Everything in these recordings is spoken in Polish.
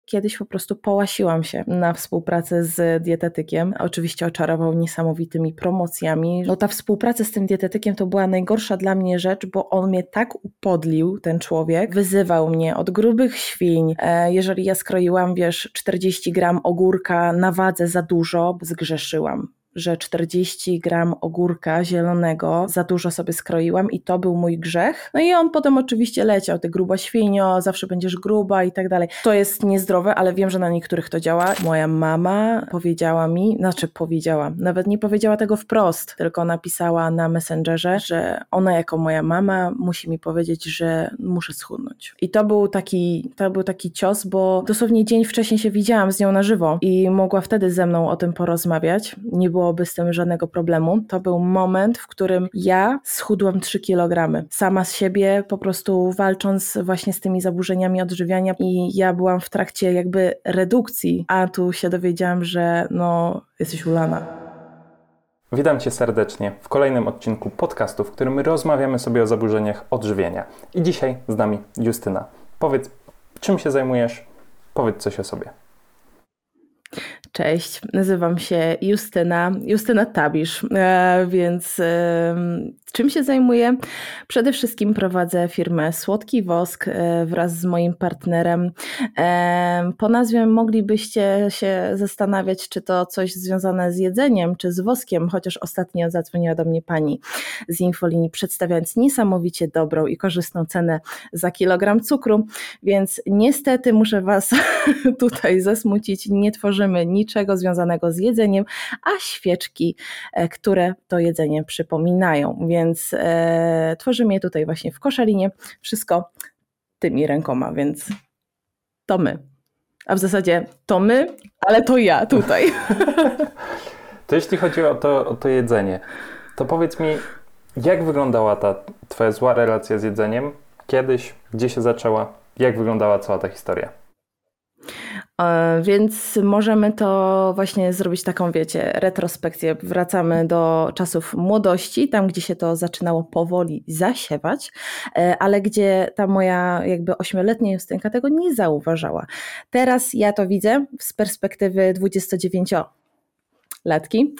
kiedyś po prostu połasiłam się na współpracę z dietetykiem. Oczywiście oczarował niesamowitymi promocjami. No ta współpraca z tym dietetykiem to była najgorsza dla mnie rzecz, bo on mnie tak upodlił, ten człowiek, wyzywał mnie od grubych świń. Jeżeli ja skroiłam, 40 gram ogórka na wadze za dużo, zgrzeszyłam, że 40 gram ogórka zielonego za dużo sobie skroiłam i to był mój grzech. No i on potem oczywiście leciał, ty gruba świnio, zawsze będziesz gruba i tak dalej. To jest niezdrowe, ale wiem, że na niektórych to działa. Moja mama powiedziała mi, nawet nie powiedziała tego wprost, tylko napisała na Messengerze, że ona jako moja mama musi mi powiedzieć, że muszę schudnąć. I to był taki cios, bo dosłownie dzień wcześniej się widziałam z nią na żywo i mogła wtedy ze mną o tym porozmawiać. Nie byłoby z tym żadnego problemu. To był moment, w którym ja schudłam 3 kg. Sama z siebie, po prostu walcząc właśnie z tymi zaburzeniami odżywiania i ja byłam w trakcie jakby redukcji, a tu się dowiedziałam, że jesteś ulana. Witam Cię serdecznie w kolejnym odcinku podcastu, w którym rozmawiamy sobie o zaburzeniach odżywienia. I dzisiaj z nami Justyna. Powiedz, czym się zajmujesz? Powiedz coś o sobie. Cześć, nazywam się Justyna Tabisz, więc czym się zajmuję? Przede wszystkim prowadzę firmę Słodki Wosk wraz z moim partnerem. Po nazwie moglibyście się zastanawiać, czy to coś związane z jedzeniem, czy z woskiem, chociaż ostatnio zadzwoniła do mnie pani z infolinii, przedstawiając niesamowicie dobrą i korzystną cenę za kilogram cukru, więc niestety muszę Was tutaj zasmucić, nie tworzymy niczego związanego z jedzeniem, a świeczki, które to jedzenie przypominają, więc tworzymy je tutaj właśnie w Koszalinie, wszystko tymi rękoma, więc to my. A w zasadzie to my, ale to ja tutaj. To jeśli chodzi o to jedzenie, to powiedz mi, jak wyglądała ta Twoja zła relacja z jedzeniem? Kiedyś, gdzie się zaczęła? Jak wyglądała cała ta historia? Więc możemy to właśnie zrobić taką, retrospekcję. Wracamy do czasów młodości, tam gdzie się to zaczynało powoli zasiewać, ale gdzie ta moja jakby 8-letnia Justynka tego nie zauważała. Teraz ja to widzę z perspektywy 29-latki,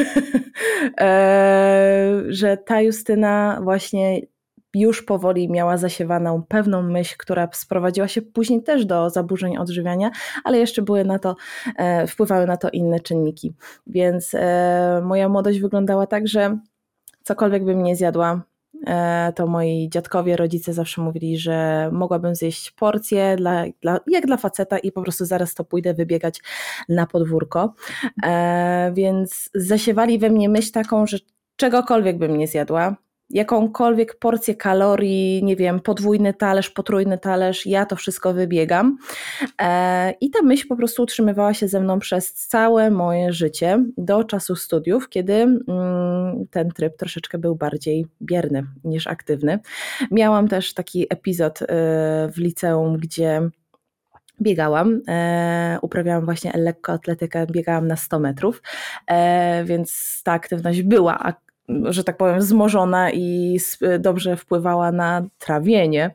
że ta Justyna właśnie już powoli miała zasiewaną pewną myśl, która sprowadziła się później też do zaburzeń odżywiania, ale jeszcze wpływały na to inne czynniki. Więc moja młodość wyglądała tak, że cokolwiek bym nie zjadła, to moi dziadkowie, rodzice zawsze mówili, że mogłabym zjeść porcję jak dla faceta i po prostu zaraz to pójdę wybiegać na podwórko. Więc zasiewali we mnie myśl taką, że czegokolwiek bym nie zjadła, jakąkolwiek porcję kalorii, nie wiem, podwójny talerz, potrójny talerz, ja to wszystko wybiegam. I ta myśl po prostu utrzymywała się ze mną przez całe moje życie do czasu studiów, kiedy ten tryb troszeczkę był bardziej bierny niż aktywny. Miałam też taki epizod w liceum, gdzie biegałam, uprawiałam właśnie lekkoatletykę, biegałam na 100 metrów, więc ta aktywność była, że tak powiem, wzmożona i dobrze wpływała na trawienie,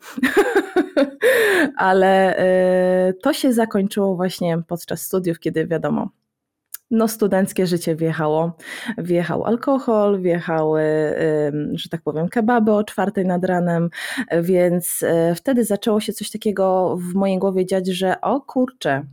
ale to się zakończyło właśnie podczas studiów, kiedy wiadomo, studenckie życie wjechał alkohol, wjechały, że tak powiem, kebaby o 4 nad ranem, więc wtedy zaczęło się coś takiego w mojej głowie dziać, że o kurczę,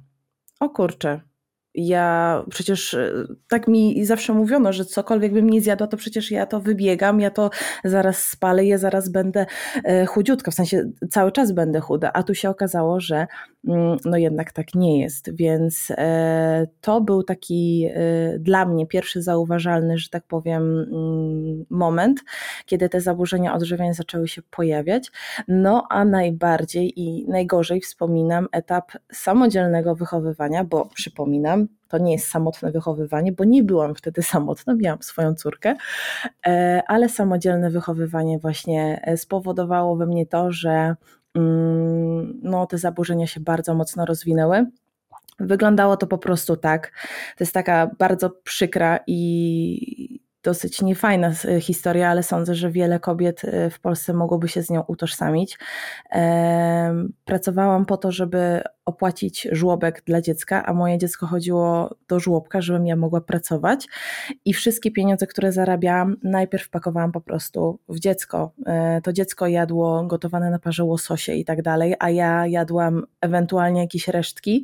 ja przecież tak mi zawsze mówiono, że cokolwiek bym nie zjadła, to przecież ja to wybiegam, ja to zaraz spalę, ja zaraz będę chudziutka, w sensie cały czas będę chuda, a tu się okazało, że jednak tak nie jest, więc to był taki dla mnie pierwszy zauważalny, że tak powiem, moment, kiedy te zaburzenia odżywiania zaczęły się pojawiać, a najbardziej i najgorzej wspominam etap samodzielnego wychowywania, bo przypominam, to nie jest samotne wychowywanie, bo nie byłam wtedy samotna, miałam swoją córkę, ale samodzielne wychowywanie właśnie spowodowało we mnie to, że te zaburzenia się bardzo mocno rozwinęły. Wyglądało to po prostu tak, to jest taka bardzo przykra i dosyć niefajna historia, ale sądzę, że wiele kobiet w Polsce mogłoby się z nią utożsamić. Pracowałam po to, żeby opłacić żłobek dla dziecka, a moje dziecko chodziło do żłobka, żebym ja mogła pracować i wszystkie pieniądze, które zarabiałam, najpierw wpakowałam po prostu w dziecko. To dziecko jadło gotowane na parze łososie i tak dalej, a ja jadłam ewentualnie jakieś resztki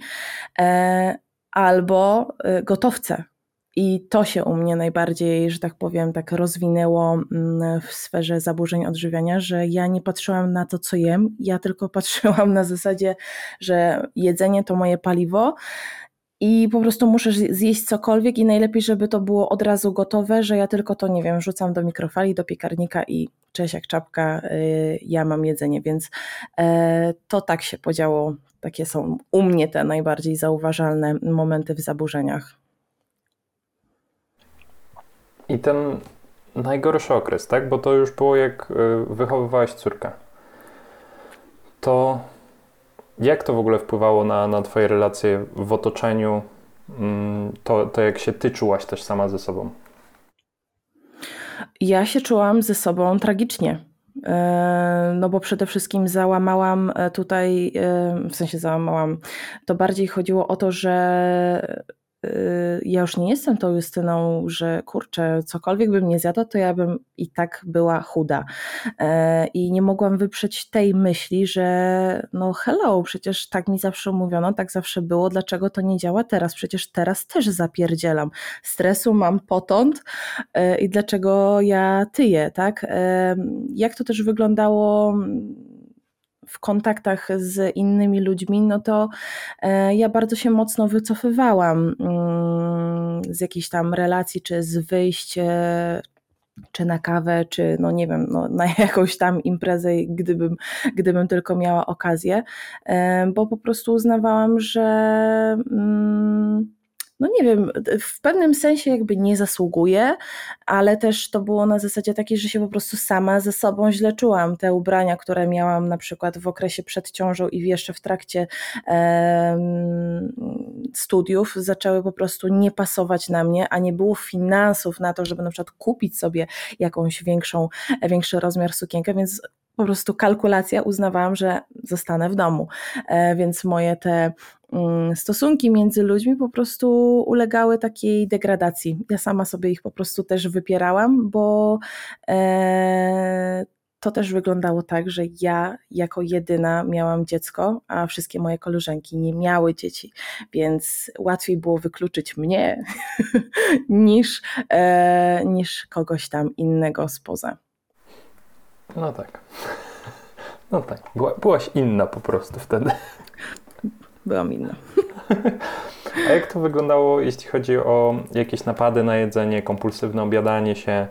albo gotowce. I to się u mnie najbardziej, że tak powiem, tak rozwinęło w sferze zaburzeń odżywiania, że ja nie patrzyłam na to, co jem, ja tylko patrzyłam na zasadzie, że jedzenie to moje paliwo i po prostu muszę zjeść cokolwiek i najlepiej, żeby to było od razu gotowe, że ja tylko to, nie wiem, rzucam do mikrofali, do piekarnika i cześć jak czapka, ja mam jedzenie, więc to tak się podziało. Takie są u mnie te najbardziej zauważalne momenty w zaburzeniach. I ten najgorszy okres, tak? Bo to już było jak wychowywałaś córkę. To jak to w ogóle wpływało na twoje relacje w otoczeniu? To jak się ty czułaś też sama ze sobą? Ja się czułam ze sobą tragicznie. No bo przede wszystkim załamałam tutaj, w sensie załamałam, to bardziej chodziło o to, że ja już nie jestem tą Justyną, że kurczę, cokolwiek bym nie zjadła, to ja bym i tak była chuda. I nie mogłam wyprzeć tej myśli, że no hello, przecież tak mi zawsze mówiono, tak zawsze było, dlaczego to nie działa teraz? Przecież teraz też zapierdzielam. Stresu mam potąd i dlaczego ja tyję, tak? Jak to też wyglądało w kontaktach z innymi ludźmi, no to ja bardzo się mocno wycofywałam z jakichś tam relacji, czy z wyjść, czy na kawę, czy no nie wiem, no na jakąś tam imprezę, gdybym tylko miała okazję, bo po prostu uznawałam, że no nie wiem, w pewnym sensie jakby nie zasługuję, ale też to było na zasadzie takiej, że się po prostu sama ze sobą źle czułam. Te ubrania, które miałam na przykład w okresie przed ciążą i jeszcze w trakcie studiów, zaczęły po prostu nie pasować na mnie, a nie było finansów na to, żeby na przykład kupić sobie jakąś większy rozmiar sukienkę, więc po prostu kalkulacja, uznawałam, że zostanę w domu, więc moje te stosunki między ludźmi po prostu ulegały takiej degradacji. Ja sama sobie ich po prostu też wypierałam, bo to też wyglądało tak, że ja jako jedyna miałam dziecko, a wszystkie moje koleżanki nie miały dzieci, więc łatwiej było wykluczyć mnie niż kogoś tam innego spoza. No tak. No tak. Byłaś inna po prostu wtedy. Byłam inna. A jak to wyglądało, jeśli chodzi o jakieś napady na jedzenie, kompulsywne obiadanie się?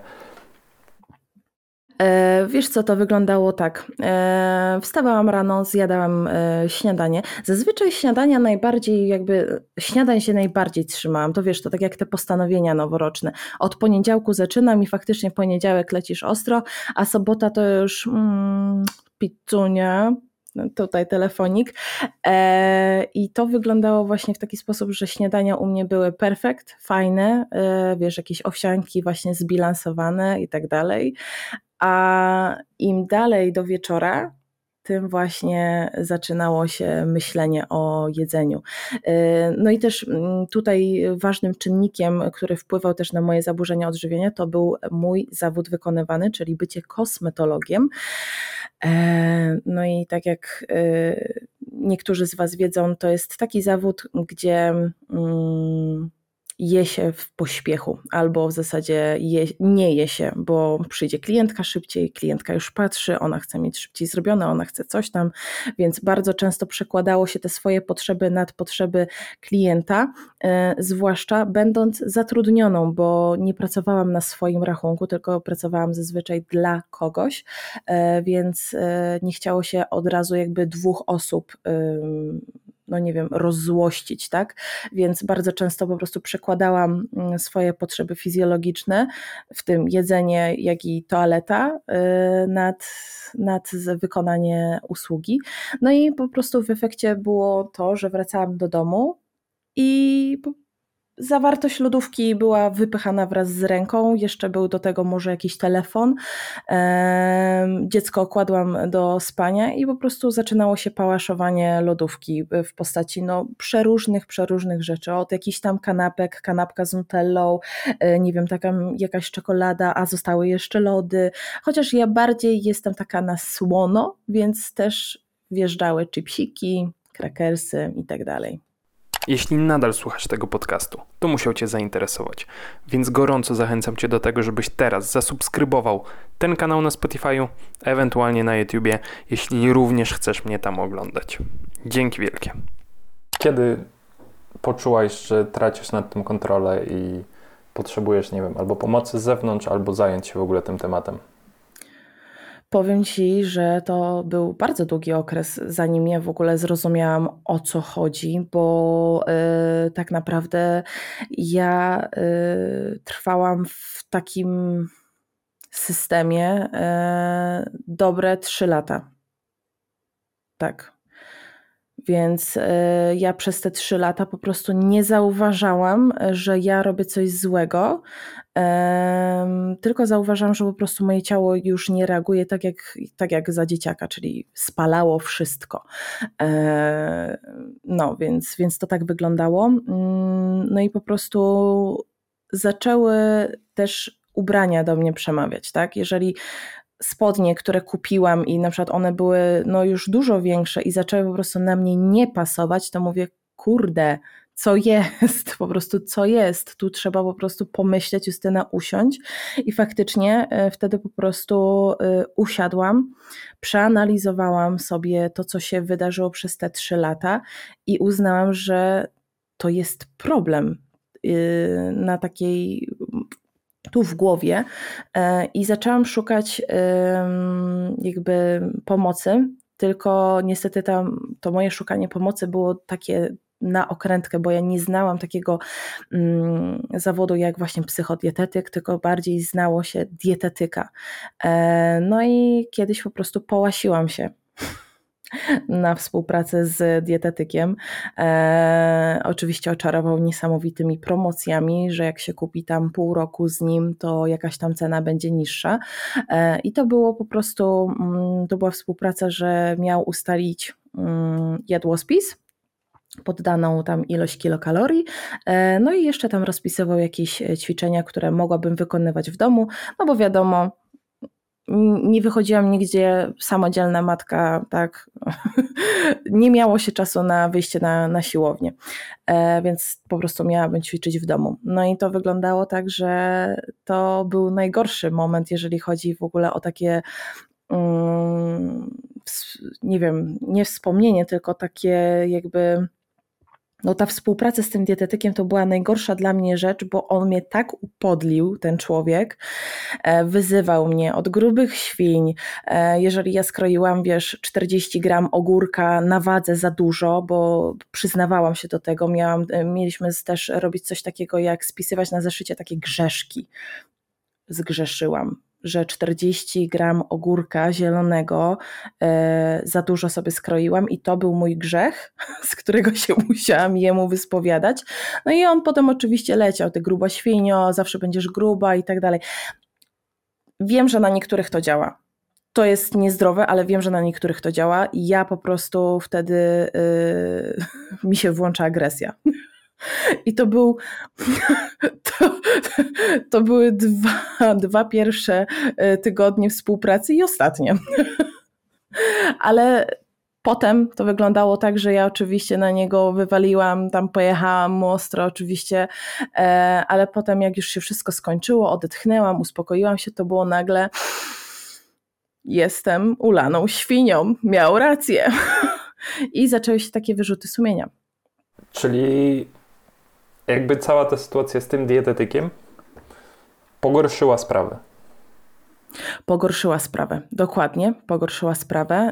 Wiesz co, to wyglądało tak. Wstawałam rano, zjadałam śniadanie. Zazwyczaj śniadań się najbardziej trzymałam. To wiesz, to tak jak te postanowienia noworoczne. Od poniedziałku zaczynam i faktycznie w poniedziałek lecisz ostro, a sobota to już pizzunia, tutaj telefonik. I to wyglądało właśnie w taki sposób, że śniadania u mnie były perfekt, fajne, wiesz, jakieś owsianki właśnie zbilansowane i tak dalej. A im dalej do wieczora, tym właśnie zaczynało się myślenie o jedzeniu. No i też tutaj ważnym czynnikiem, który wpływał też na moje zaburzenia odżywiania, to był mój zawód wykonywany, czyli bycie kosmetologiem. No i tak jak niektórzy z Was wiedzą, to jest taki zawód, gdzie je się w pośpiechu, albo w zasadzie nie je się, bo przyjdzie klientka szybciej, klientka już patrzy, ona chce mieć szybciej zrobione, ona chce coś tam, więc bardzo często przekładało się te swoje potrzeby nad potrzeby klienta, zwłaszcza będąc zatrudnioną, bo nie pracowałam na swoim rachunku, tylko pracowałam zazwyczaj dla kogoś, więc nie chciało się od razu jakby dwóch osób no nie wiem, rozzłościć, tak? Więc bardzo często po prostu przekładałam swoje potrzeby fizjologiczne, w tym jedzenie, jak i toaleta, nad wykonanie usługi. No i po prostu w efekcie było to, że wracałam do domu i zawartość lodówki była wypychana wraz z ręką, jeszcze był do tego może jakiś telefon. Dziecko kładłam do spania i po prostu zaczynało się pałaszowanie lodówki w postaci przeróżnych rzeczy, od jakichś tam kanapek, kanapka z nutellą, nie wiem, taka jakaś czekolada, a zostały jeszcze lody, chociaż ja bardziej jestem taka na słono, więc też wjeżdżały chipsiki, krakersy i tak dalej. Jeśli nadal słuchasz tego podcastu, to musiał Cię zainteresować, więc gorąco zachęcam Cię do tego, żebyś teraz zasubskrybował ten kanał na Spotify'u, ewentualnie na YouTubie, jeśli również chcesz mnie tam oglądać. Dzięki wielkie. Kiedy poczułaś, że tracisz nad tym kontrolę i potrzebujesz, nie wiem, albo pomocy z zewnątrz, albo zająć się w ogóle tym tematem? Powiem Ci, że to był bardzo długi okres, zanim ja w ogóle zrozumiałam, o co chodzi, bo tak naprawdę ja trwałam w takim systemie dobre 3 lata. Tak. Więc ja przez te 3 lata po prostu nie zauważałam, że ja robię coś złego, tylko zauważam, że po prostu moje ciało już nie reaguje tak jak za dzieciaka, czyli spalało wszystko. No, więc to tak wyglądało. No i po prostu zaczęły też ubrania do mnie przemawiać, tak? Jeżeli spodnie, które kupiłam i na przykład one były już dużo większe i zaczęły po prostu na mnie nie pasować, to mówię, kurde, co jest, po prostu co jest, tu trzeba po prostu pomyśleć, Justyna, usiąść i faktycznie wtedy po prostu usiadłam, przeanalizowałam sobie to, co się wydarzyło przez te 3 lata i uznałam, że to jest problem na takiej tu w głowie i zaczęłam szukać jakby pomocy, tylko niestety to moje szukanie pomocy było takie na okrętkę, bo ja nie znałam takiego zawodu jak właśnie psychodietetyk, tylko bardziej znało się dietetyka. No i kiedyś po prostu połasiłam się na współpracę z dietetykiem. Oczywiście oczarował niesamowitymi promocjami, że jak się kupi tam pół roku z nim, to jakaś tam cena będzie niższa. I to było po prostu, to była współpraca, że miał ustalić jadłospis pod daną tam ilość kilokalorii, no i jeszcze tam rozpisywał jakieś ćwiczenia, które mogłabym wykonywać w domu, no bo wiadomo, nie wychodziłam nigdzie, samodzielna matka, tak, nie miało się czasu na wyjście na siłownię, więc po prostu miałabym ćwiczyć w domu. No i to wyglądało tak, że to był najgorszy moment, jeżeli chodzi w ogóle o takie, nie wiem, nie wspomnienie, tylko takie jakby... ta współpraca z tym dietetykiem to była najgorsza dla mnie rzecz, bo on mnie tak upodlił, ten człowiek, wyzywał mnie od grubych świń, jeżeli ja skroiłam, 40 gram ogórka na wadze za dużo, bo przyznawałam się do tego, mieliśmy też robić coś takiego jak spisywać na zeszycie takie grzeszki. Zgrzeszyłam, że 40 gram ogórka zielonego za dużo sobie skroiłam i to był mój grzech, z którego się musiałam jemu wyspowiadać. No i on potem oczywiście leciał, ty gruba świnio, zawsze będziesz gruba i tak dalej. Wiem, że na niektórych to działa. To jest niezdrowe, ale wiem, że na niektórych to działa i ja po wtedy mi się włącza agresja. I to były dwa pierwsze tygodnie współpracy i ostatnie. Ale potem to wyglądało tak, że ja oczywiście na niego wywaliłam, tam pojechałam mu ostro oczywiście, ale potem jak już się wszystko skończyło, odetchnęłam, uspokoiłam się, to było nagle jestem ulaną świnią, miał rację. I zaczęły się takie wyrzuty sumienia. Czyli jakby cała ta sytuacja z tym dietetykiem pogorszyła sprawę. Pogorszyła sprawę, dokładnie, pogorszyła sprawę,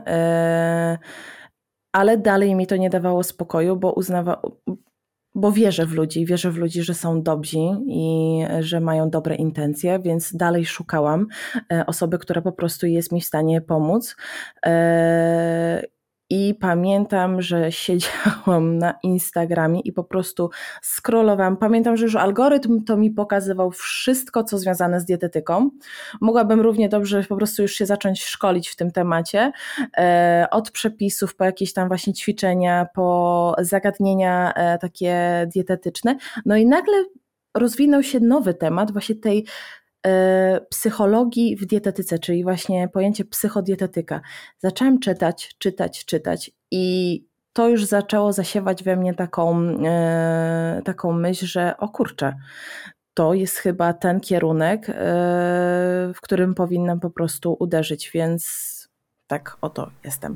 ale dalej mi to nie dawało spokoju, bo wierzę w ludzi, że są dobrzy i że mają dobre intencje, więc dalej szukałam osoby, która po prostu jest mi w stanie pomóc. I pamiętam, że siedziałam na Instagramie i po prostu scrollowałam. Pamiętam, że już algorytm to mi pokazywał wszystko, co związane z dietetyką. Mogłabym równie dobrze po prostu już się zacząć szkolić w tym temacie. Od przepisów, po jakieś tam właśnie ćwiczenia, po zagadnienia takie dietetyczne. No i nagle rozwinął się nowy temat właśnie tej psychologii w dietetyce, czyli właśnie pojęcie psychodietetyka. Zaczęłam czytać i to już zaczęło zasiewać we mnie taką myśl, że o kurczę, to jest chyba ten kierunek, w którym powinnam po prostu uderzyć, więc tak oto jestem.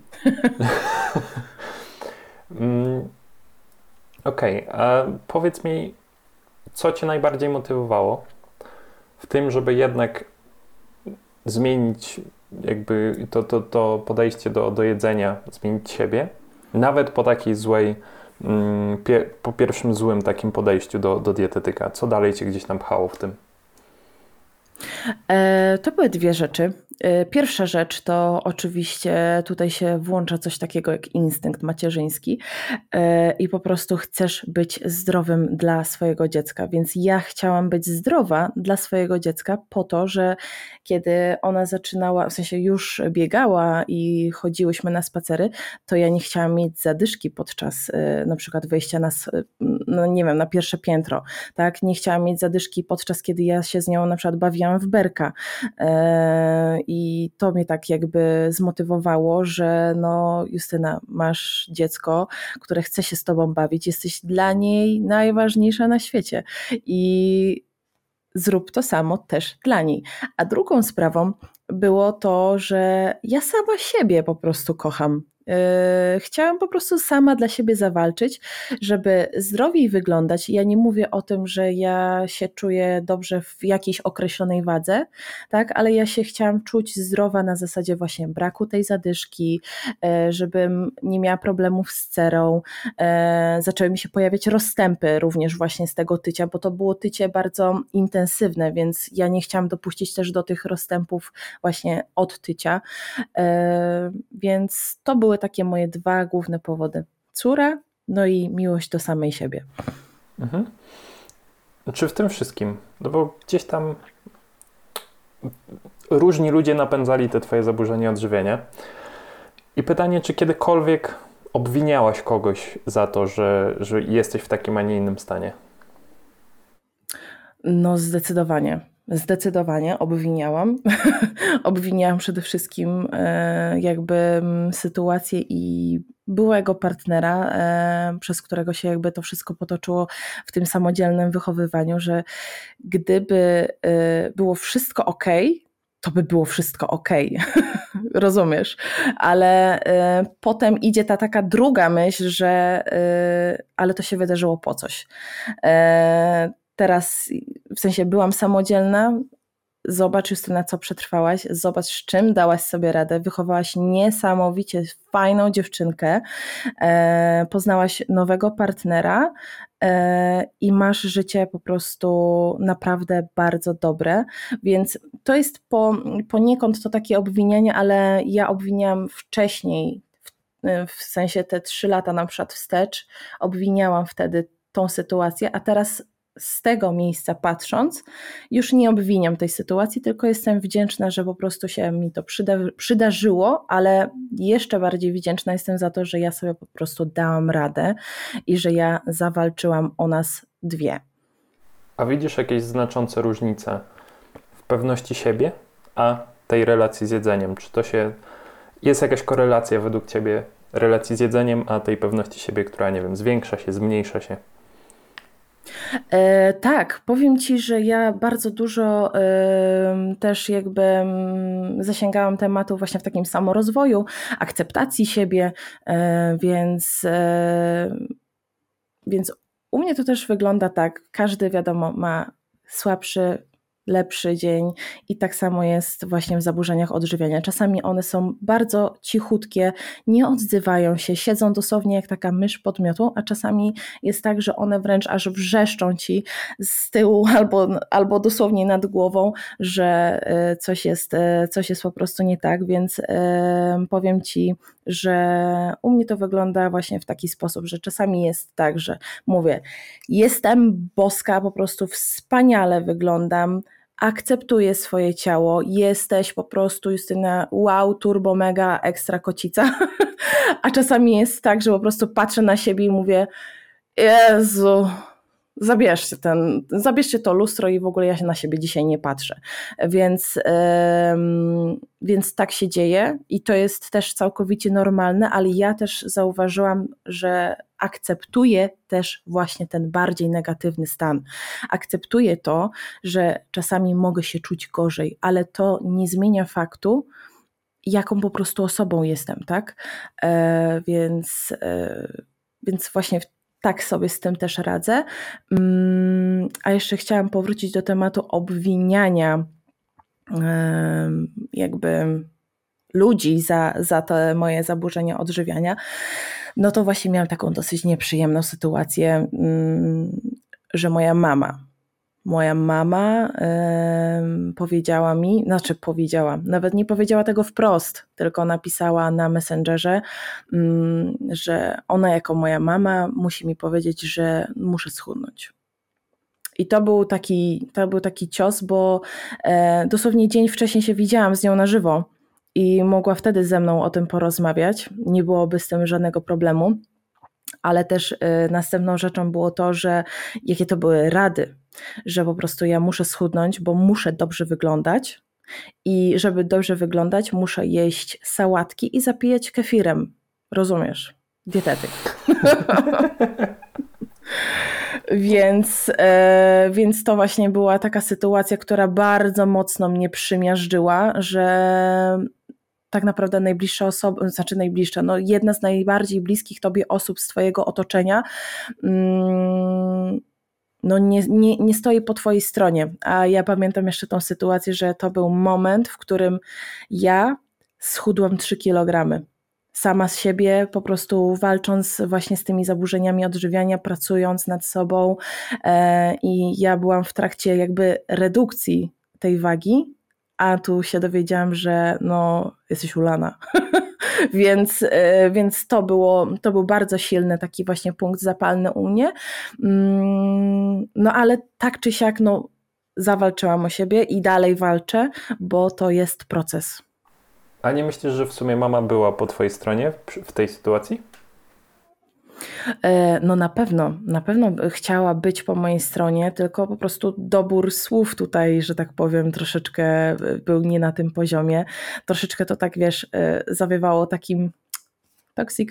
Okej, a powiedz mi, co Cię najbardziej motywowało w tym, żeby jednak zmienić jakby to podejście do jedzenia, zmienić siebie, nawet po takiej złej, po pierwszym złym takim podejściu do dietetyka. Co dalej Cię gdzieś tam pchało w tym? To były dwie rzeczy. Pierwsza rzecz to oczywiście tutaj się włącza coś takiego jak instynkt macierzyński i po prostu chcesz być zdrowym dla swojego dziecka, więc ja chciałam być zdrowa dla swojego dziecka po to, że kiedy ona zaczynała, w sensie już biegała i chodziłyśmy na spacery, to ja nie chciałam mieć zadyszki podczas na przykład wejścia no nie wiem, na pierwsze piętro, tak? Nie chciałam mieć zadyszki podczas kiedy ja się z nią na przykład bawiłam w berka i to mnie tak jakby zmotywowało, że no Justyna, masz dziecko, które chce się z tobą bawić, jesteś dla niej najważniejsza na świecie i zrób to samo też dla niej. A drugą sprawą było to, że ja sama siebie po prostu kocham. Chciałam po prostu sama dla siebie zawalczyć, żeby zdrowiej wyglądać. Ja nie mówię o tym, że ja się czuję dobrze w jakiejś określonej wadze, tak, ale ja się chciałam czuć zdrowa na zasadzie właśnie braku tej zadyszki, żebym nie miała problemów z cerą. Zaczęły mi się pojawiać rozstępy również właśnie z tego tycia, bo to było tycie bardzo intensywne, więc ja nie chciałam dopuścić też do tych rozstępów właśnie od tycia, więc to były takie moje dwa główne powody. Córa, no i miłość do samej siebie. Mhm. Czy w tym wszystkim, no bo gdzieś tam różni ludzie napędzali te twoje zaburzenia odżywiania i pytanie, czy kiedykolwiek obwiniałaś kogoś za to, że jesteś w takim, a nie innym stanie? No zdecydowanie obwiniałam. Obwiniałam przede wszystkim jakby sytuację i byłego partnera, przez którego się jakby to wszystko potoczyło w tym samodzielnym wychowywaniu, że gdyby było wszystko okej, to by było wszystko okej. Rozumiesz? Ale potem idzie ta taka druga myśl, że ale to się wydarzyło po coś. Teraz w sensie byłam samodzielna, zobacz Justyna, co przetrwałaś, zobacz z czym dałaś sobie radę, wychowałaś niesamowicie fajną dziewczynkę, poznałaś nowego partnera i masz życie po prostu naprawdę bardzo dobre, więc to jest poniekąd to takie obwinianie, ale ja obwiniałam wcześniej, w sensie te 3 lata na przykład wstecz, obwiniałam wtedy tą sytuację, a teraz z tego miejsca patrząc, już nie obwiniam tej sytuacji, tylko jestem wdzięczna, że po prostu się mi to przydarzyło, ale jeszcze bardziej wdzięczna jestem za to, że ja sobie po prostu dałam radę i że ja zawalczyłam o nas dwie. A widzisz jakieś znaczące różnice w pewności siebie, a tej relacji z jedzeniem? Czy to jest jakaś korelacja według Ciebie relacji z jedzeniem, a tej pewności siebie, która, nie wiem, zwiększa się, zmniejsza się? Tak, powiem Ci, że ja bardzo dużo też jakby zasięgałam tematu właśnie w takim samorozwoju, akceptacji siebie, więc u mnie to też wygląda tak, każdy wiadomo ma słabszy lepszy dzień i tak samo jest właśnie w zaburzeniach odżywiania. Czasami one są bardzo cichutkie, nie odzywają się, siedzą dosłownie jak taka mysz pod miotłą, a czasami jest tak, że one wręcz aż wrzeszczą ci z tyłu albo dosłownie nad głową, że coś jest po prostu nie tak, więc powiem ci, że u mnie to wygląda właśnie w taki sposób, że czasami jest tak, że mówię, jestem boska, po prostu wspaniale wyglądam, akceptuję swoje ciało, jesteś po prostu Justyna, wow, turbo, mega, ekstra kocica, a czasami jest tak, że po prostu patrzę na siebie i mówię, Jezu, zabierzcie to lustro i w ogóle ja się na siebie dzisiaj nie patrzę. Więc tak się dzieje i to jest też całkowicie normalne, ale ja też zauważyłam, że akceptuję też właśnie ten bardziej negatywny stan. Akceptuję to, że czasami mogę się czuć gorzej, ale to nie zmienia faktu, jaką po prostu osobą jestem, tak? Więc właśnie tak sobie z tym też radzę. A jeszcze chciałam powrócić do tematu obwiniania jakby ludzi za te moje zaburzenia odżywiania. No to właśnie miałam taką dosyć nieprzyjemną sytuację, że moja mama powiedziała mi, nawet nie powiedziała tego wprost, tylko napisała na Messengerze, że ona jako moja mama musi mi powiedzieć, że muszę schudnąć. I to był taki cios, bo dosłownie dzień wcześniej się widziałam z nią na żywo i mogła wtedy ze mną o tym porozmawiać, nie byłoby z tym żadnego problemu, ale też następną rzeczą było to, że jakie to były rady, że po prostu ja muszę schudnąć, bo muszę dobrze wyglądać i żeby dobrze wyglądać muszę jeść sałatki i zapijać kefirem, rozumiesz? Dietetyk. Więc to właśnie była taka sytuacja, która bardzo mocno mnie przymiażdżyła, że tak naprawdę najbliższa osoba, jedna z najbardziej bliskich tobie osób z twojego otoczenia nie stoi po twojej stronie. A ja pamiętam jeszcze tą sytuację, że to był moment, w którym ja schudłam 3 kg. Sama z siebie, po prostu walcząc właśnie z tymi zaburzeniami odżywiania, pracując nad sobą i ja byłam w trakcie jakby redukcji tej wagi, a tu się dowiedziałam, że jesteś ulana. Więc to był bardzo silny taki właśnie punkt zapalny u mnie. No ale tak czy siak zawalczyłam o siebie i dalej walczę, bo to jest proces. A nie myślisz, że w sumie mama była po twojej stronie w tej sytuacji? No na pewno chciała być po mojej stronie, tylko po prostu dobór słów tutaj, że tak powiem, troszeczkę był nie na tym poziomie. Troszeczkę to tak, wiesz, zawiewało takim toxic.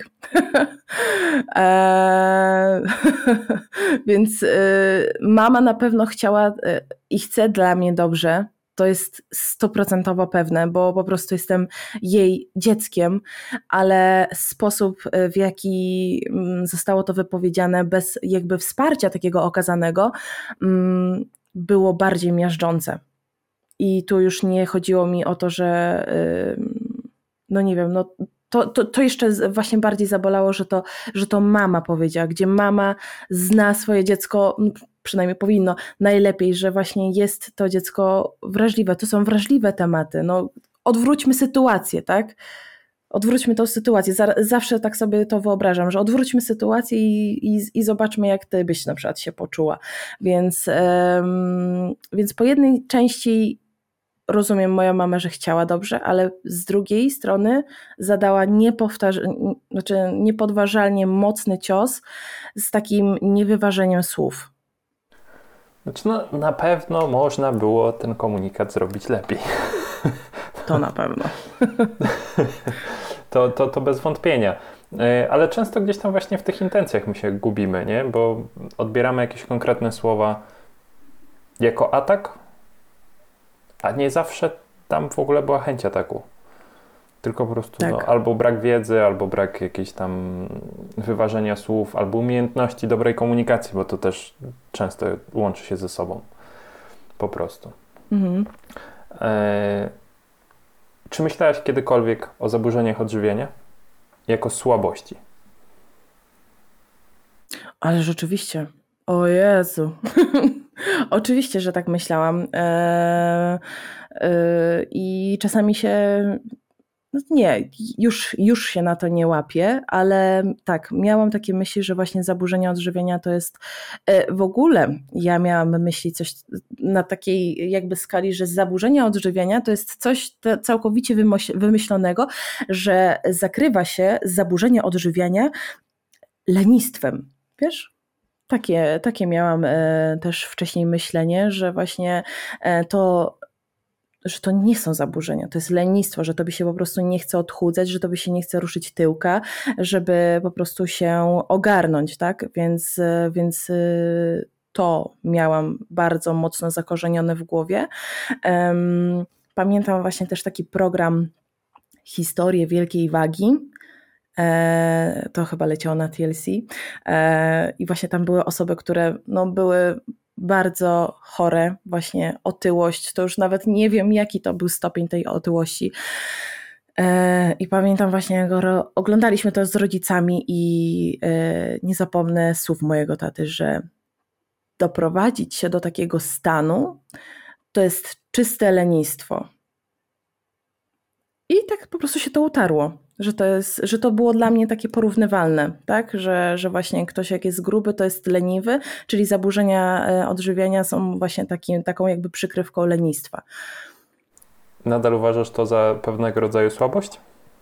Więc mama na pewno chciała i chce dla mnie dobrze. To jest 100% pewne, bo po prostu jestem jej dzieckiem, ale sposób, w jaki zostało to wypowiedziane bez jakby wsparcia takiego okazanego, było bardziej miażdżące. I tu już nie chodziło mi o to, że nie wiem, to jeszcze właśnie bardziej zabolało, że to mama powiedziała, gdzie mama zna swoje dziecko, przynajmniej powinno, najlepiej, że właśnie jest to dziecko wrażliwe. To są wrażliwe tematy. Odwróćmy sytuację, tak? Odwróćmy tą sytuację. Zawsze tak sobie to wyobrażam, że odwróćmy sytuację i zobaczmy, jak ty byś na przykład się poczuła. Więc po jednej części rozumiem moją mamę, że chciała dobrze, ale z drugiej strony zadała niepodważalnie mocny cios z takim niewyważeniem słów. Znaczy na pewno można było ten komunikat zrobić lepiej. To na pewno. To bez wątpienia. Ale często gdzieś tam właśnie w tych intencjach my się gubimy, nie? Bo odbieramy jakieś konkretne słowa jako atak, a nie zawsze tam w ogóle była chęć ataku. Tylko po prostu tak. Albo brak wiedzy, albo brak jakiejś tam wyważenia słów, albo umiejętności dobrej komunikacji, bo to też często łączy się ze sobą. Po prostu. Mhm. Czy myślałaś kiedykolwiek o zaburzeniach odżywiania jako słabości? Ale rzeczywiście. O Jezu. Oczywiście, że tak myślałam. I czasami się. No nie, już się na to nie łapię, ale tak, miałam takie myśli, że właśnie zaburzenia odżywienia to jest w ogóle, ja miałam myśli coś na takiej jakby skali, że zaburzenia odżywiania to jest coś całkowicie wymyślonego, że zakrywa się zaburzenia odżywiania lenistwem, wiesz? Takie miałam też wcześniej myślenie, że właśnie to, że to nie są zaburzenia, to jest lenistwo, że tobie się po prostu nie chce odchudzać, że tobie się nie chce ruszyć tyłka, żeby po prostu się ogarnąć, tak? Więc to miałam bardzo mocno zakorzenione w głowie. Pamiętam właśnie też taki program Historie Wielkiej Wagi. To chyba leciało na TLC i właśnie tam były osoby, które no, były bardzo chore, właśnie otyłość, to już nawet nie wiem jaki to był stopień tej otyłości i pamiętam właśnie jak oglądaliśmy to z rodzicami i nie zapomnę słów mojego taty, że doprowadzić się do takiego stanu to jest czyste lenistwo. I tak po prostu się to utarło, że to było dla mnie takie porównywalne, tak? Że właśnie ktoś jak jest gruby, to jest leniwy, czyli zaburzenia odżywiania są właśnie taką jakby przykrywką lenistwa. Nadal uważasz to za pewnego rodzaju słabość?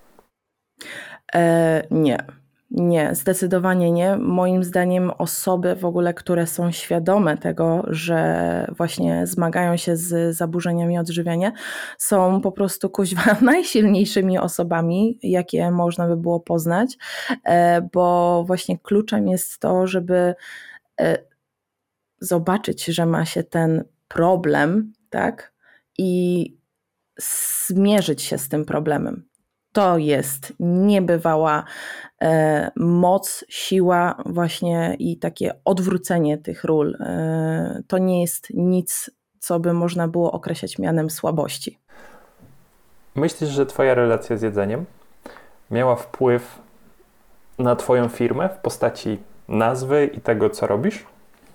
Nie, zdecydowanie nie. Moim zdaniem osoby w ogóle, które są świadome tego, że właśnie zmagają się z zaburzeniami odżywiania, są po prostu kuźwa najsilniejszymi osobami, jakie można by było poznać, bo właśnie kluczem jest to, żeby zobaczyć, że ma się ten problem, tak? I zmierzyć się z tym problemem. To jest niebywała moc, siła właśnie i takie odwrócenie tych ról. To nie jest nic, co by można było określać mianem słabości. Myślisz, że twoja relacja z jedzeniem miała wpływ na twoją firmę w postaci nazwy i tego, co robisz?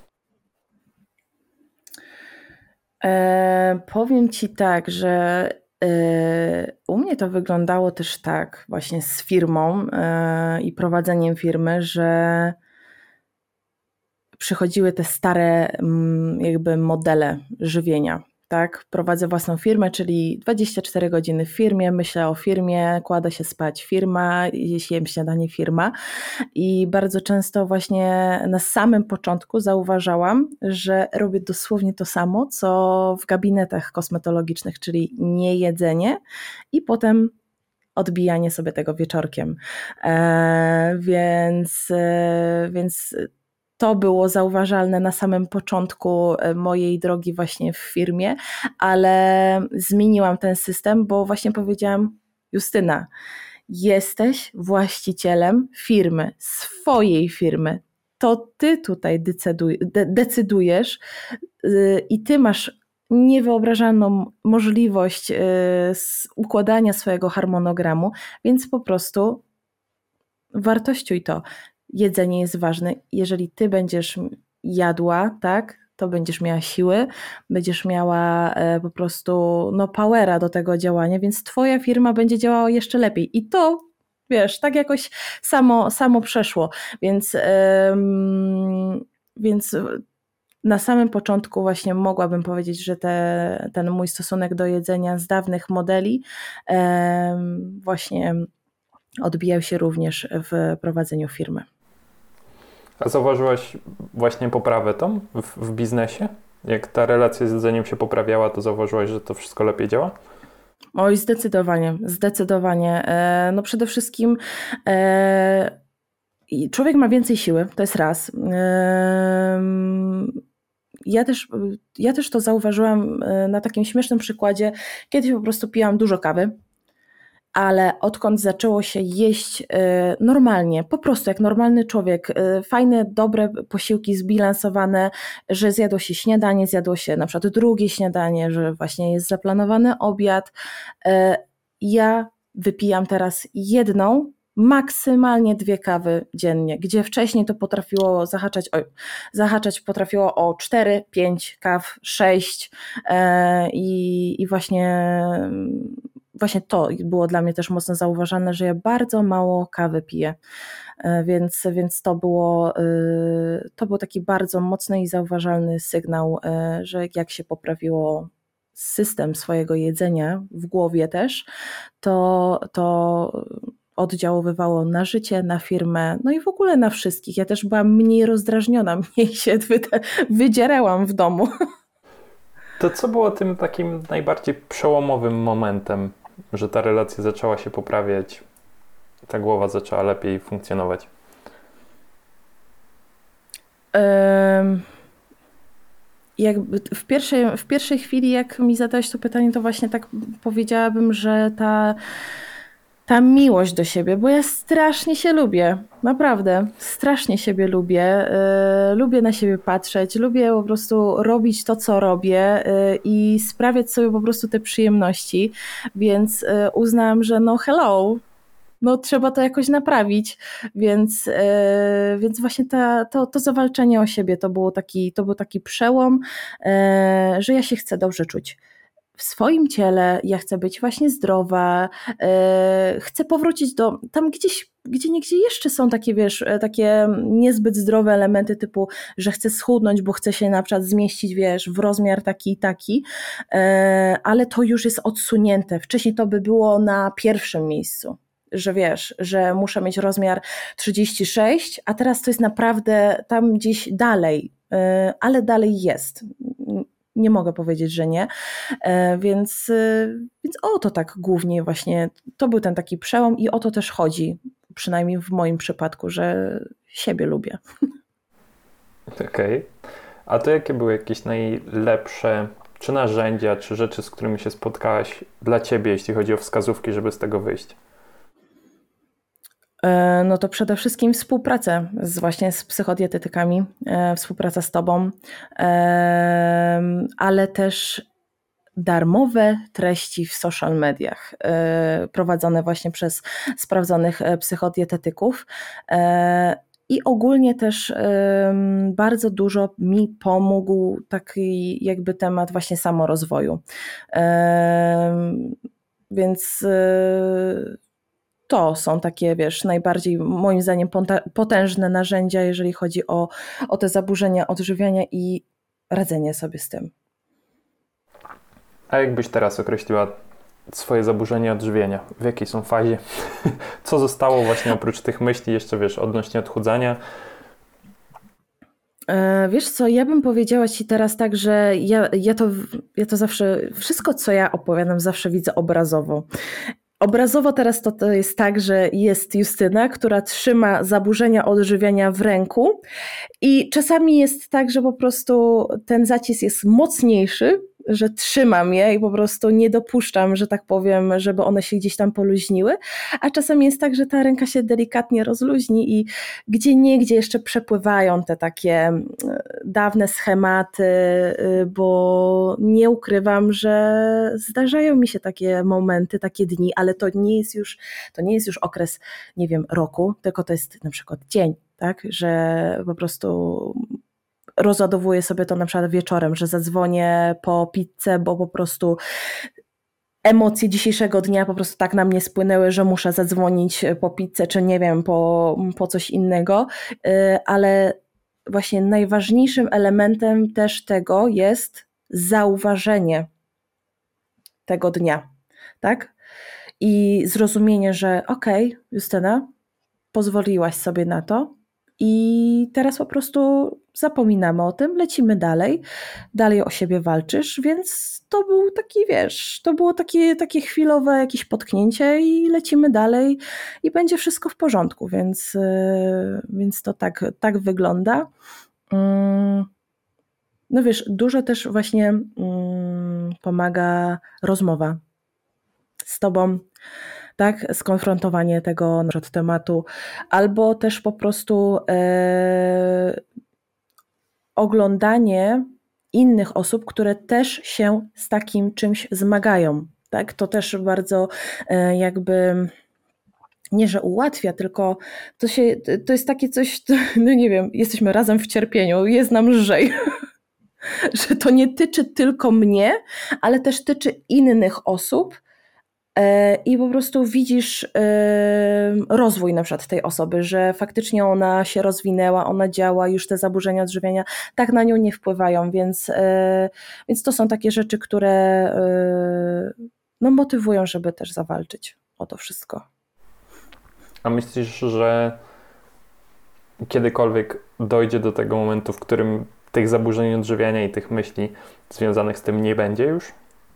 Powiem ci tak, że u mnie to wyglądało też tak właśnie z firmą i prowadzeniem firmy, że przychodziły te stare jakby modele żywienia. Tak? Prowadzę własną firmę, czyli 24 godziny w firmie, myślę o firmie, kładę się spać firma, jem śniadanie firma i bardzo często właśnie na samym początku zauważałam, że robię dosłownie to samo, co w gabinetach kosmetologicznych, czyli nie jedzenie i potem odbijanie sobie tego wieczorkiem. Więc to było zauważalne na samym początku mojej drogi właśnie w firmie, ale zmieniłam ten system, bo właśnie powiedziałam: Justyna, jesteś właścicielem firmy, swojej firmy. To ty tutaj decydujesz i ty masz niewyobrażalną możliwość układania swojego harmonogramu, więc po prostu wartościuj to. Jedzenie jest ważne. Jeżeli ty będziesz jadła, tak, to będziesz miała siły, będziesz miała po prostu powera do tego działania, więc twoja firma będzie działała jeszcze lepiej. I to, wiesz, tak jakoś samo przeszło. Więc na samym początku właśnie mogłabym powiedzieć, że ten mój stosunek do jedzenia z dawnych modeli właśnie odbijał się również w prowadzeniu firmy. A zauważyłaś właśnie poprawę tą w biznesie? Jak ta relacja z jedzeniem się poprawiała, to zauważyłaś, że to wszystko lepiej działa? Oj, zdecydowanie. No przede wszystkim człowiek ma więcej siły, to jest raz. Ja też to zauważyłam na takim śmiesznym przykładzie. Kiedyś po prostu piłam dużo kawy ale odkąd zaczęło się jeść normalnie, po prostu jak normalny człowiek, fajne, dobre posiłki zbilansowane, że zjadło się śniadanie, zjadło się na przykład drugie śniadanie, że właśnie jest zaplanowany obiad. Ja wypijam teraz jedną, maksymalnie 2 kawy dziennie, gdzie wcześniej to potrafiło zahaczać potrafiło o 4, 5 kaw, 6 i właśnie to było dla mnie też mocno zauważane, że ja bardzo mało kawy piję, więc to był taki bardzo mocny i zauważalny sygnał, że jak się poprawiło system swojego jedzenia w głowie też, to oddziaływało na życie, na firmę, no i w ogóle na wszystkich. Ja też byłam mniej rozdrażniona, mniej się wydzierałam w domu. To co było tym takim najbardziej przełomowym momentem, że ta relacja zaczęła się poprawiać, ta głowa zaczęła lepiej funkcjonować? Jakby w pierwszej chwili, jak mi zadałeś to pytanie, to właśnie tak powiedziałabym, że ta miłość do siebie, bo ja strasznie się lubię, naprawdę, strasznie siebie lubię, lubię na siebie patrzeć, lubię po prostu robić to, co robię i sprawiać sobie po prostu te przyjemności, więc uznałam, że no hello, no trzeba to jakoś naprawić, więc właśnie to zawalczenie o siebie to był taki przełom, że ja się chcę dobrze czuć w swoim ciele, ja chcę być właśnie zdrowa, chcę powrócić do tam gdzie niegdzie jeszcze są takie, wiesz, takie niezbyt zdrowe elementy typu, że chcę schudnąć, bo chcę się na przykład zmieścić, wiesz, w rozmiar taki i taki, ale to już jest odsunięte. Wcześniej to by było na pierwszym miejscu, że wiesz, że muszę mieć rozmiar 36, a teraz to jest naprawdę tam gdzieś dalej, ale dalej jest. Nie mogę powiedzieć, że nie, więc o to tak głównie właśnie, to był ten taki przełom i o to też chodzi, przynajmniej w moim przypadku, że siebie lubię. Okej. A to jakie były jakieś najlepsze czy narzędzia, czy rzeczy, z którymi się spotkałaś dla Ciebie, jeśli chodzi o wskazówki, żeby z tego wyjść? No to przede wszystkim współpracę właśnie z psychodietetykami, współpraca z Tobą, ale też darmowe treści w social mediach prowadzone właśnie przez sprawdzonych psychodietetyków. I ogólnie też bardzo dużo mi pomógł taki jakby temat właśnie samorozwoju. Więc to są takie, wiesz, najbardziej moim zdaniem potężne narzędzia, jeżeli chodzi o te zaburzenia odżywiania i radzenie sobie z tym. A jakbyś teraz określiła swoje zaburzenia odżywienia? W jakiej są fazie? Co zostało właśnie oprócz tych myśli jeszcze, wiesz, odnośnie odchudzania? Wiesz co, ja bym powiedziała Ci teraz tak, że ja to zawsze, wszystko co ja opowiadam zawsze widzę obrazowo. Obrazowo teraz to jest tak, że jest Justyna, która trzyma zaburzenia odżywiania w ręku i czasami jest tak, że po prostu ten zacisk jest mocniejszy, że trzymam je i po prostu nie dopuszczam, że tak powiem, żeby one się gdzieś tam poluźniły, a czasami jest tak, że ta ręka się delikatnie rozluźni i gdzieniegdzie jeszcze przepływają te takie dawne schematy, bo nie ukrywam, że zdarzają mi się takie momenty, takie dni, ale to nie jest już okres, nie wiem, roku, tylko to jest na przykład dzień, tak, że po prostu rozładowuję sobie to na przykład wieczorem, że zadzwonię po pizzę, bo po prostu emocje dzisiejszego dnia po prostu tak na mnie spłynęły, że muszę zadzwonić po pizzę, czy nie wiem, po coś innego, ale właśnie najważniejszym elementem też tego jest zauważenie tego dnia, tak? I zrozumienie, że okej, Justyna, pozwoliłaś sobie na to i teraz po prostu zapominamy o tym, lecimy dalej o siebie walczysz, więc to był taki, wiesz, to było takie chwilowe jakieś potknięcie i lecimy dalej i będzie wszystko w porządku, więc to tak wygląda. No wiesz, dużo też właśnie pomaga rozmowa z Tobą, tak? Skonfrontowanie tego na przykład tematu, albo też po prostu oglądanie innych osób, które też się z takim czymś zmagają, tak? To też bardzo jakby nie, że ułatwia, tylko to jest takie coś, no nie wiem, jesteśmy razem w cierpieniu, jest nam lżej. Że to nie tyczy tylko mnie, ale też tyczy innych osób i po prostu widzisz rozwój na przykład tej osoby, że faktycznie ona się rozwinęła, ona działa, już te zaburzenia odżywiania tak na nią nie wpływają, więc to są takie rzeczy, które no, motywują, żeby też zawalczyć o to wszystko. A myślisz, że kiedykolwiek dojdzie do tego momentu, w którym tych zaburzeń odżywiania i tych myśli związanych z tym nie będzie już?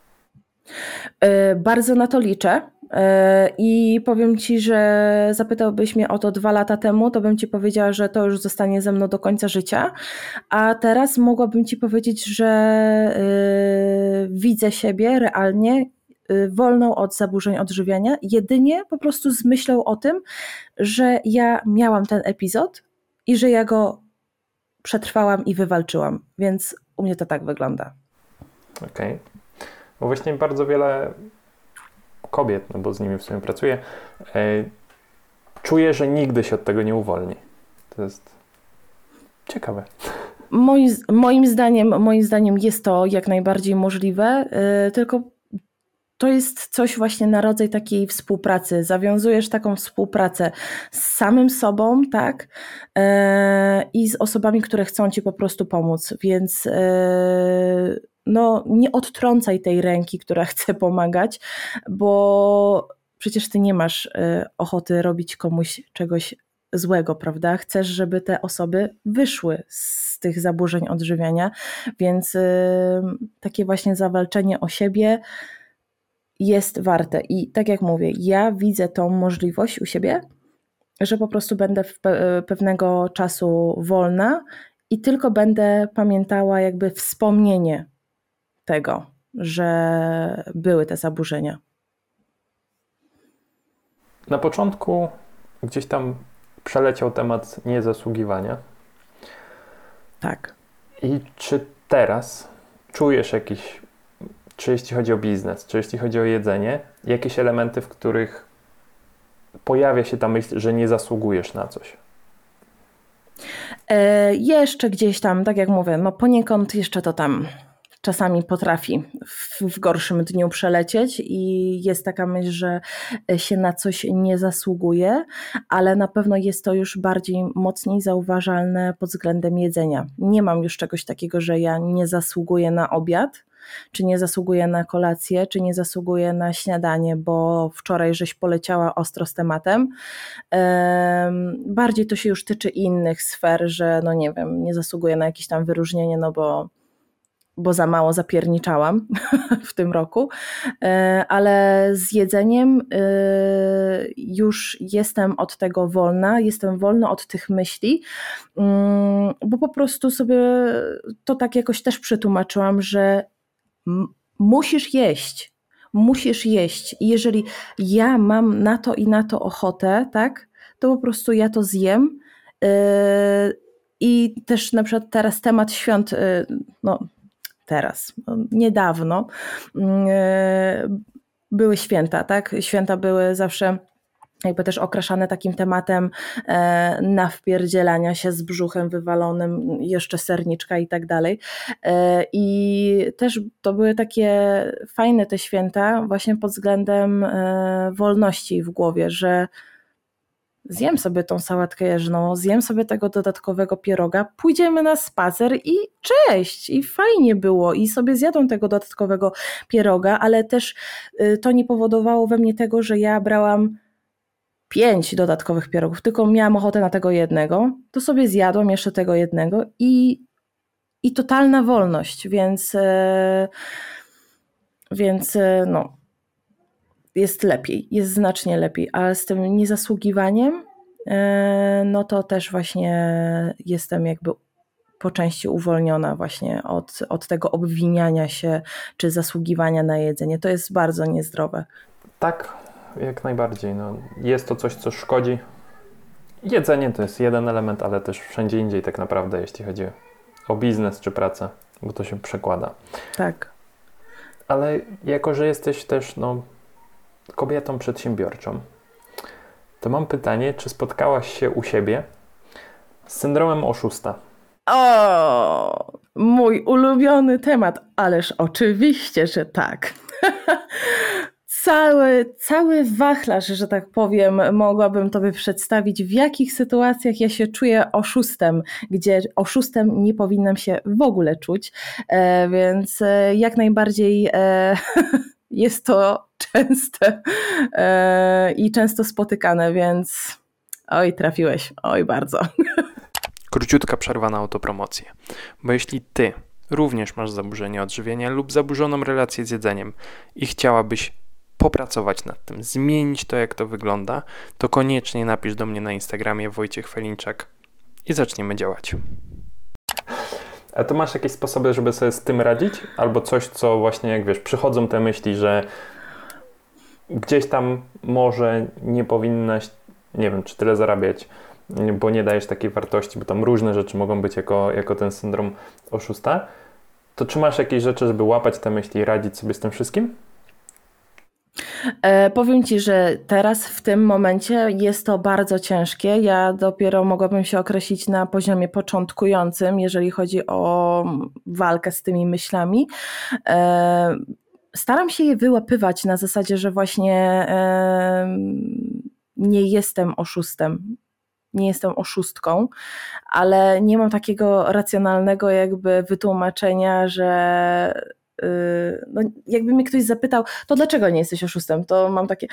Bardzo na to liczę i powiem Ci, że zapytałbyś mnie o to 2 lata temu, to bym Ci powiedziała, że to już zostanie ze mną do końca życia, a teraz mogłabym Ci powiedzieć, że widzę siebie realnie wolną od zaburzeń odżywiania, jedynie po prostu z myślą o tym, że ja miałam ten epizod i że ja go przetrwałam i wywalczyłam, więc u mnie to tak wygląda. Okej. Bo właśnie bardzo wiele kobiet, no bo z nimi w sumie pracuję, czuje, że nigdy się od tego nie uwolni. To jest ciekawe. Moim zdaniem jest to jak najbardziej możliwe, tylko to jest coś właśnie na rodzaj takiej współpracy. Zawiązujesz taką współpracę z samym sobą, tak? I z osobami, które chcą Ci po prostu pomóc, więc no, nie odtrącaj tej ręki, która chce pomagać, bo przecież Ty nie masz ochoty robić komuś czegoś złego, prawda? Chcesz, żeby te osoby wyszły z tych zaburzeń odżywiania, więc takie właśnie zawalczenie o siebie jest warte. I tak jak mówię, ja widzę tą możliwość u siebie, że po prostu będę pewnego czasu wolna i tylko będę pamiętała jakby wspomnienie tego, że były te zaburzenia. Na początku gdzieś tam przeleciał temat niezasługiwania. Tak. I czy teraz czujesz czy jeśli chodzi o biznes, czy jeśli chodzi o jedzenie, jakieś elementy, w których pojawia się ta myśl, że nie zasługujesz na coś? Jeszcze gdzieś tam, tak jak mówię, no poniekąd jeszcze to tam czasami potrafi w gorszym dniu przelecieć i jest taka myśl, że się na coś nie zasługuje, ale na pewno jest to już bardziej mocniej zauważalne pod względem jedzenia. Nie mam już czegoś takiego, że ja nie zasługuję na obiad, czy nie zasługuję na kolację, czy nie zasługuję na śniadanie, bo wczoraj żeś poleciała ostro z tematem. Bardziej to się już tyczy innych sfer, że no nie wiem, nie zasługuję na jakieś tam wyróżnienie, no bo za mało zapierniczałam w tym roku, ale z jedzeniem już jestem od tego wolna, jestem wolna od tych myśli, bo po prostu sobie to tak jakoś też przetłumaczyłam, że musisz jeść i jeżeli ja mam na to i na to ochotę, tak, to po prostu ja to zjem i też na przykład teraz temat świąt, niedawno były święta, tak? Święta były zawsze jakby też okraszane takim tematem nawpierdzielania się z brzuchem wywalonym, jeszcze serniczka i tak dalej. I też to były takie fajne te święta właśnie pod względem wolności w głowie, że zjem sobie tą sałatkę jeżną, zjem sobie tego dodatkowego pieroga, pójdziemy na spacer i cześć, i fajnie było i sobie zjadłam tego dodatkowego pieroga, ale też to nie powodowało we mnie tego, że ja brałam 5 dodatkowych pierogów, tylko miałam ochotę na tego jednego, to sobie zjadłam jeszcze tego jednego i totalna wolność, więc no jest lepiej, jest znacznie lepiej, ale z tym niezasługiwaniem, no to też właśnie jestem jakby po części uwolniona właśnie od tego obwiniania się, czy zasługiwania na jedzenie. To jest bardzo niezdrowe. Tak, jak najbardziej. No, jest to coś, co szkodzi. Jedzenie to jest jeden element, ale też wszędzie indziej tak naprawdę, jeśli chodzi o biznes czy pracę, bo to się przekłada. Tak. Ale jako, że jesteś też kobietą przedsiębiorczą, to mam pytanie, czy spotkałaś się u siebie z syndromem oszusta? O, mój ulubiony temat, ależ oczywiście, że tak. Cały wachlarz, że tak powiem, mogłabym Tobie przedstawić, w jakich sytuacjach ja się czuję oszustem, gdzie oszustem nie powinnam się w ogóle czuć, więc jak najbardziej jest to częste i często spotykane, więc oj, trafiłeś, oj bardzo. Króciutka przerwa na autopromocję, bo jeśli Ty również masz zaburzenie odżywienia lub zaburzoną relację z jedzeniem i chciałabyś popracować nad tym, zmienić to, jak to wygląda, to koniecznie napisz do mnie na Instagramie Wojciech Felinczak i zaczniemy działać. A to masz jakieś sposoby, żeby sobie z tym radzić? Albo coś, co właśnie, jak wiesz, przychodzą te myśli, że gdzieś tam może nie powinnaś, nie wiem, czy tyle zarabiać, bo nie dajesz takiej wartości, bo tam różne rzeczy mogą być jako ten syndrom oszusta. To czy masz jakieś rzeczy, żeby łapać te myśli i radzić sobie z tym wszystkim? Powiem Ci, że teraz w tym momencie jest to bardzo ciężkie. Ja dopiero mogłabym się określić na poziomie początkującym, jeżeli chodzi o walkę z tymi myślami. Staram się je wyłapywać na zasadzie, że właśnie nie jestem oszustem. Nie jestem oszustką, ale nie mam takiego racjonalnego jakby wytłumaczenia, że no jakby mnie ktoś zapytał, to dlaczego nie jesteś oszustem? To mam takie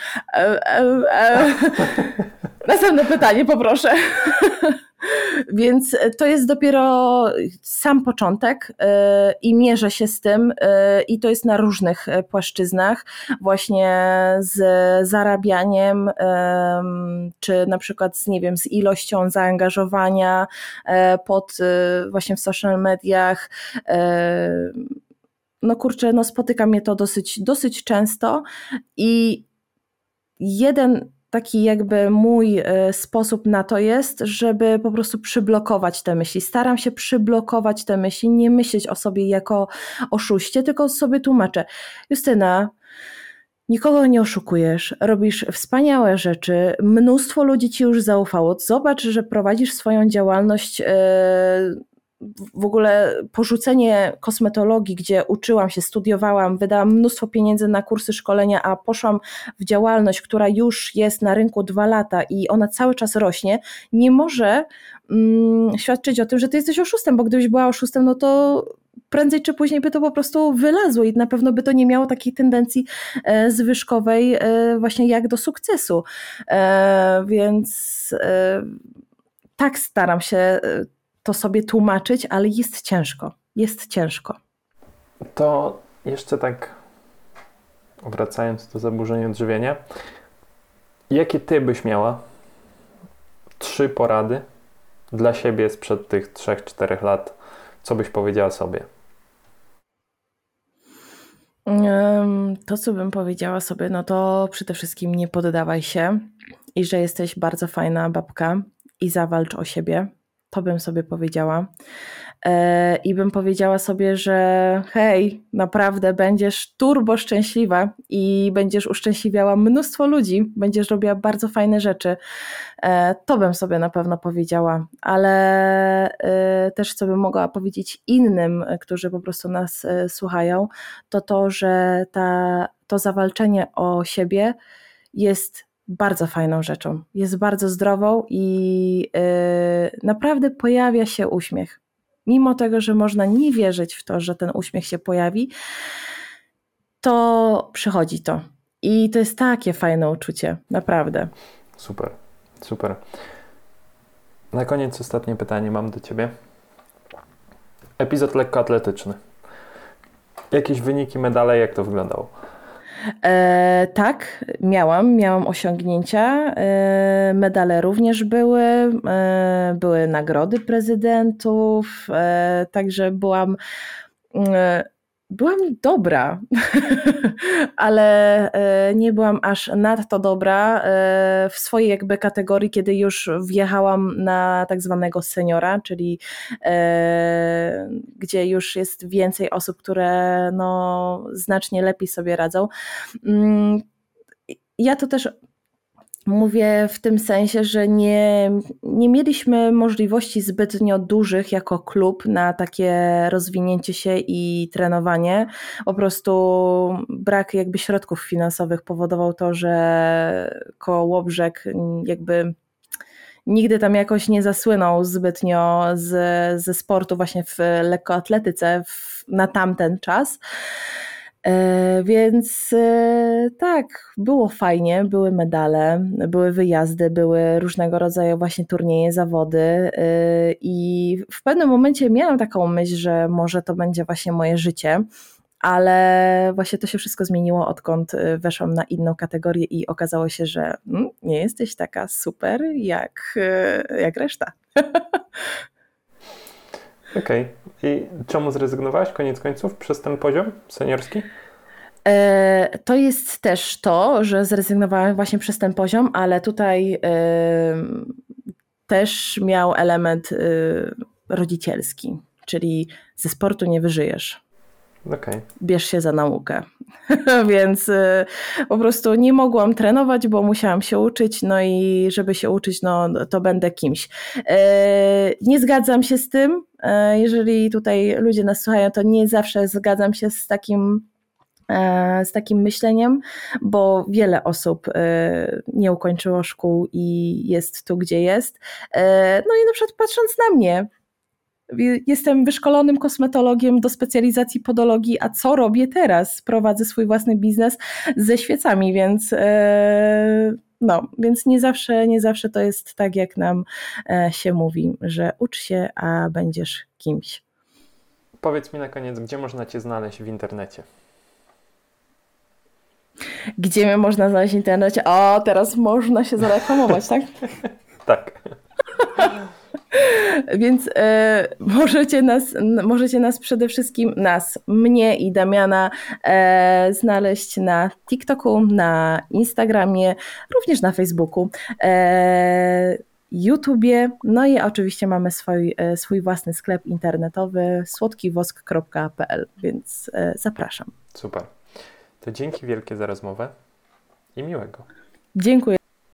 następne pytanie, poproszę. Więc to jest dopiero sam początek i mierzę się z tym i to jest na różnych płaszczyznach, właśnie z zarabianiem, czy na przykład z ilością zaangażowania właśnie w social mediach. No kurczę, spotykam mnie to dosyć często i jeden taki jakby mój sposób na to jest, żeby po prostu przyblokować te myśli. Staram się przyblokować te myśli, nie myśleć o sobie jako oszuście, tylko sobie tłumaczę. Justyna, nikogo nie oszukujesz, robisz wspaniałe rzeczy, mnóstwo ludzi Ci już zaufało. Zobacz, że prowadzisz swoją działalność, w ogóle porzucenie kosmetologii, gdzie uczyłam się, studiowałam, wydałam mnóstwo pieniędzy na kursy szkolenia, a poszłam w działalność, która już jest na rynku 2 lata i ona cały czas rośnie, nie może świadczyć o tym, że Ty jesteś oszustem, bo gdybyś była oszustem, no to prędzej czy później by to po prostu wylazło i na pewno by to nie miało takiej tendencji zwyżkowej właśnie jak do sukcesu. Więc tak staram się to sobie tłumaczyć, ale jest ciężko. Jest ciężko. To jeszcze tak wracając do zaburzeń odżywienia, jakie Ty byś miała 3 porady dla siebie sprzed tych 3-4 lat? Co byś powiedziała sobie? To, co bym powiedziała sobie, no to przede wszystkim nie poddawaj się i że jesteś bardzo fajna babka i zawalcz o siebie. To bym sobie powiedziała. I bym powiedziała sobie, że hej, naprawdę będziesz turbo szczęśliwa i będziesz uszczęśliwiała mnóstwo ludzi, będziesz robiła bardzo fajne rzeczy. To bym sobie na pewno powiedziała, ale też co bym mogła powiedzieć innym, którzy po prostu nas słuchają, to, że to zawalczenie o siebie jest bardzo fajną rzeczą, jest bardzo zdrową i naprawdę pojawia się uśmiech. Mimo tego, że można nie wierzyć w to, że ten uśmiech się pojawi, to przychodzi to. I to jest takie fajne uczucie, naprawdę. Super, super. Na koniec ostatnie pytanie mam do Ciebie. Epizod lekkoatletyczny. Jakieś wyniki, medale, jak to wyglądało? Tak, miałam osiągnięcia, medale również były nagrody prezydentów, także byłam byłam dobra, ale nie byłam aż nadto dobra w swojej jakby kategorii, kiedy już wjechałam na tak zwanego seniora, czyli gdzie już jest więcej osób, które no, znacznie lepiej sobie radzą. Ja to też mówię w tym sensie, że nie mieliśmy możliwości zbytnio dużych jako klub na takie rozwinięcie się i trenowanie. Po prostu brak jakby środków finansowych powodował to, że Kołobrzeg jakby nigdy tam jakoś nie zasłynął zbytnio ze sportu właśnie w lekkoatletyce na tamten czas. Więc tak, było fajnie, były medale, były wyjazdy, były różnego rodzaju właśnie turnieje, zawody i w pewnym momencie miałam taką myśl, że może to będzie właśnie moje życie, ale właśnie to się wszystko zmieniło, odkąd weszłam na inną kategorię i okazało się, że nie jesteś taka super jak reszta. Okej. I czemu zrezygnowałaś koniec końców przez ten poziom seniorski? To jest też to, że zrezygnowałam właśnie przez ten poziom, ale tutaj też miał element rodzicielski, czyli ze sportu nie wyżyjesz. Okej. Bierz się za naukę. Więc po prostu nie mogłam trenować, bo musiałam się uczyć, no i żeby się uczyć, no to będę kimś. Nie zgadzam się z tym, jeżeli tutaj ludzie nas słuchają, to nie zawsze zgadzam się z takim myśleniem, bo wiele osób nie ukończyło szkół i jest tu, gdzie jest. No i na przykład patrząc na mnie, jestem wyszkolonym kosmetologiem do specjalizacji podologii, a co robię teraz? Prowadzę swój własny biznes ze świecami, więc więc nie zawsze to jest tak, jak nam się mówi, że ucz się, a będziesz kimś. Powiedz mi na koniec, gdzie można Cię znaleźć w internecie? Gdzie mnie można znaleźć w internecie? O, teraz można się zareklamować, tak? Tak. Więc możecie nas przede wszystkim, mnie i Damiana znaleźć na TikToku, na Instagramie, również na Facebooku, YouTubie, no i oczywiście mamy swój własny sklep internetowy słodkiwosk.pl, więc zapraszam. Super. To dzięki wielkie za rozmowę i miłego. Dziękuję.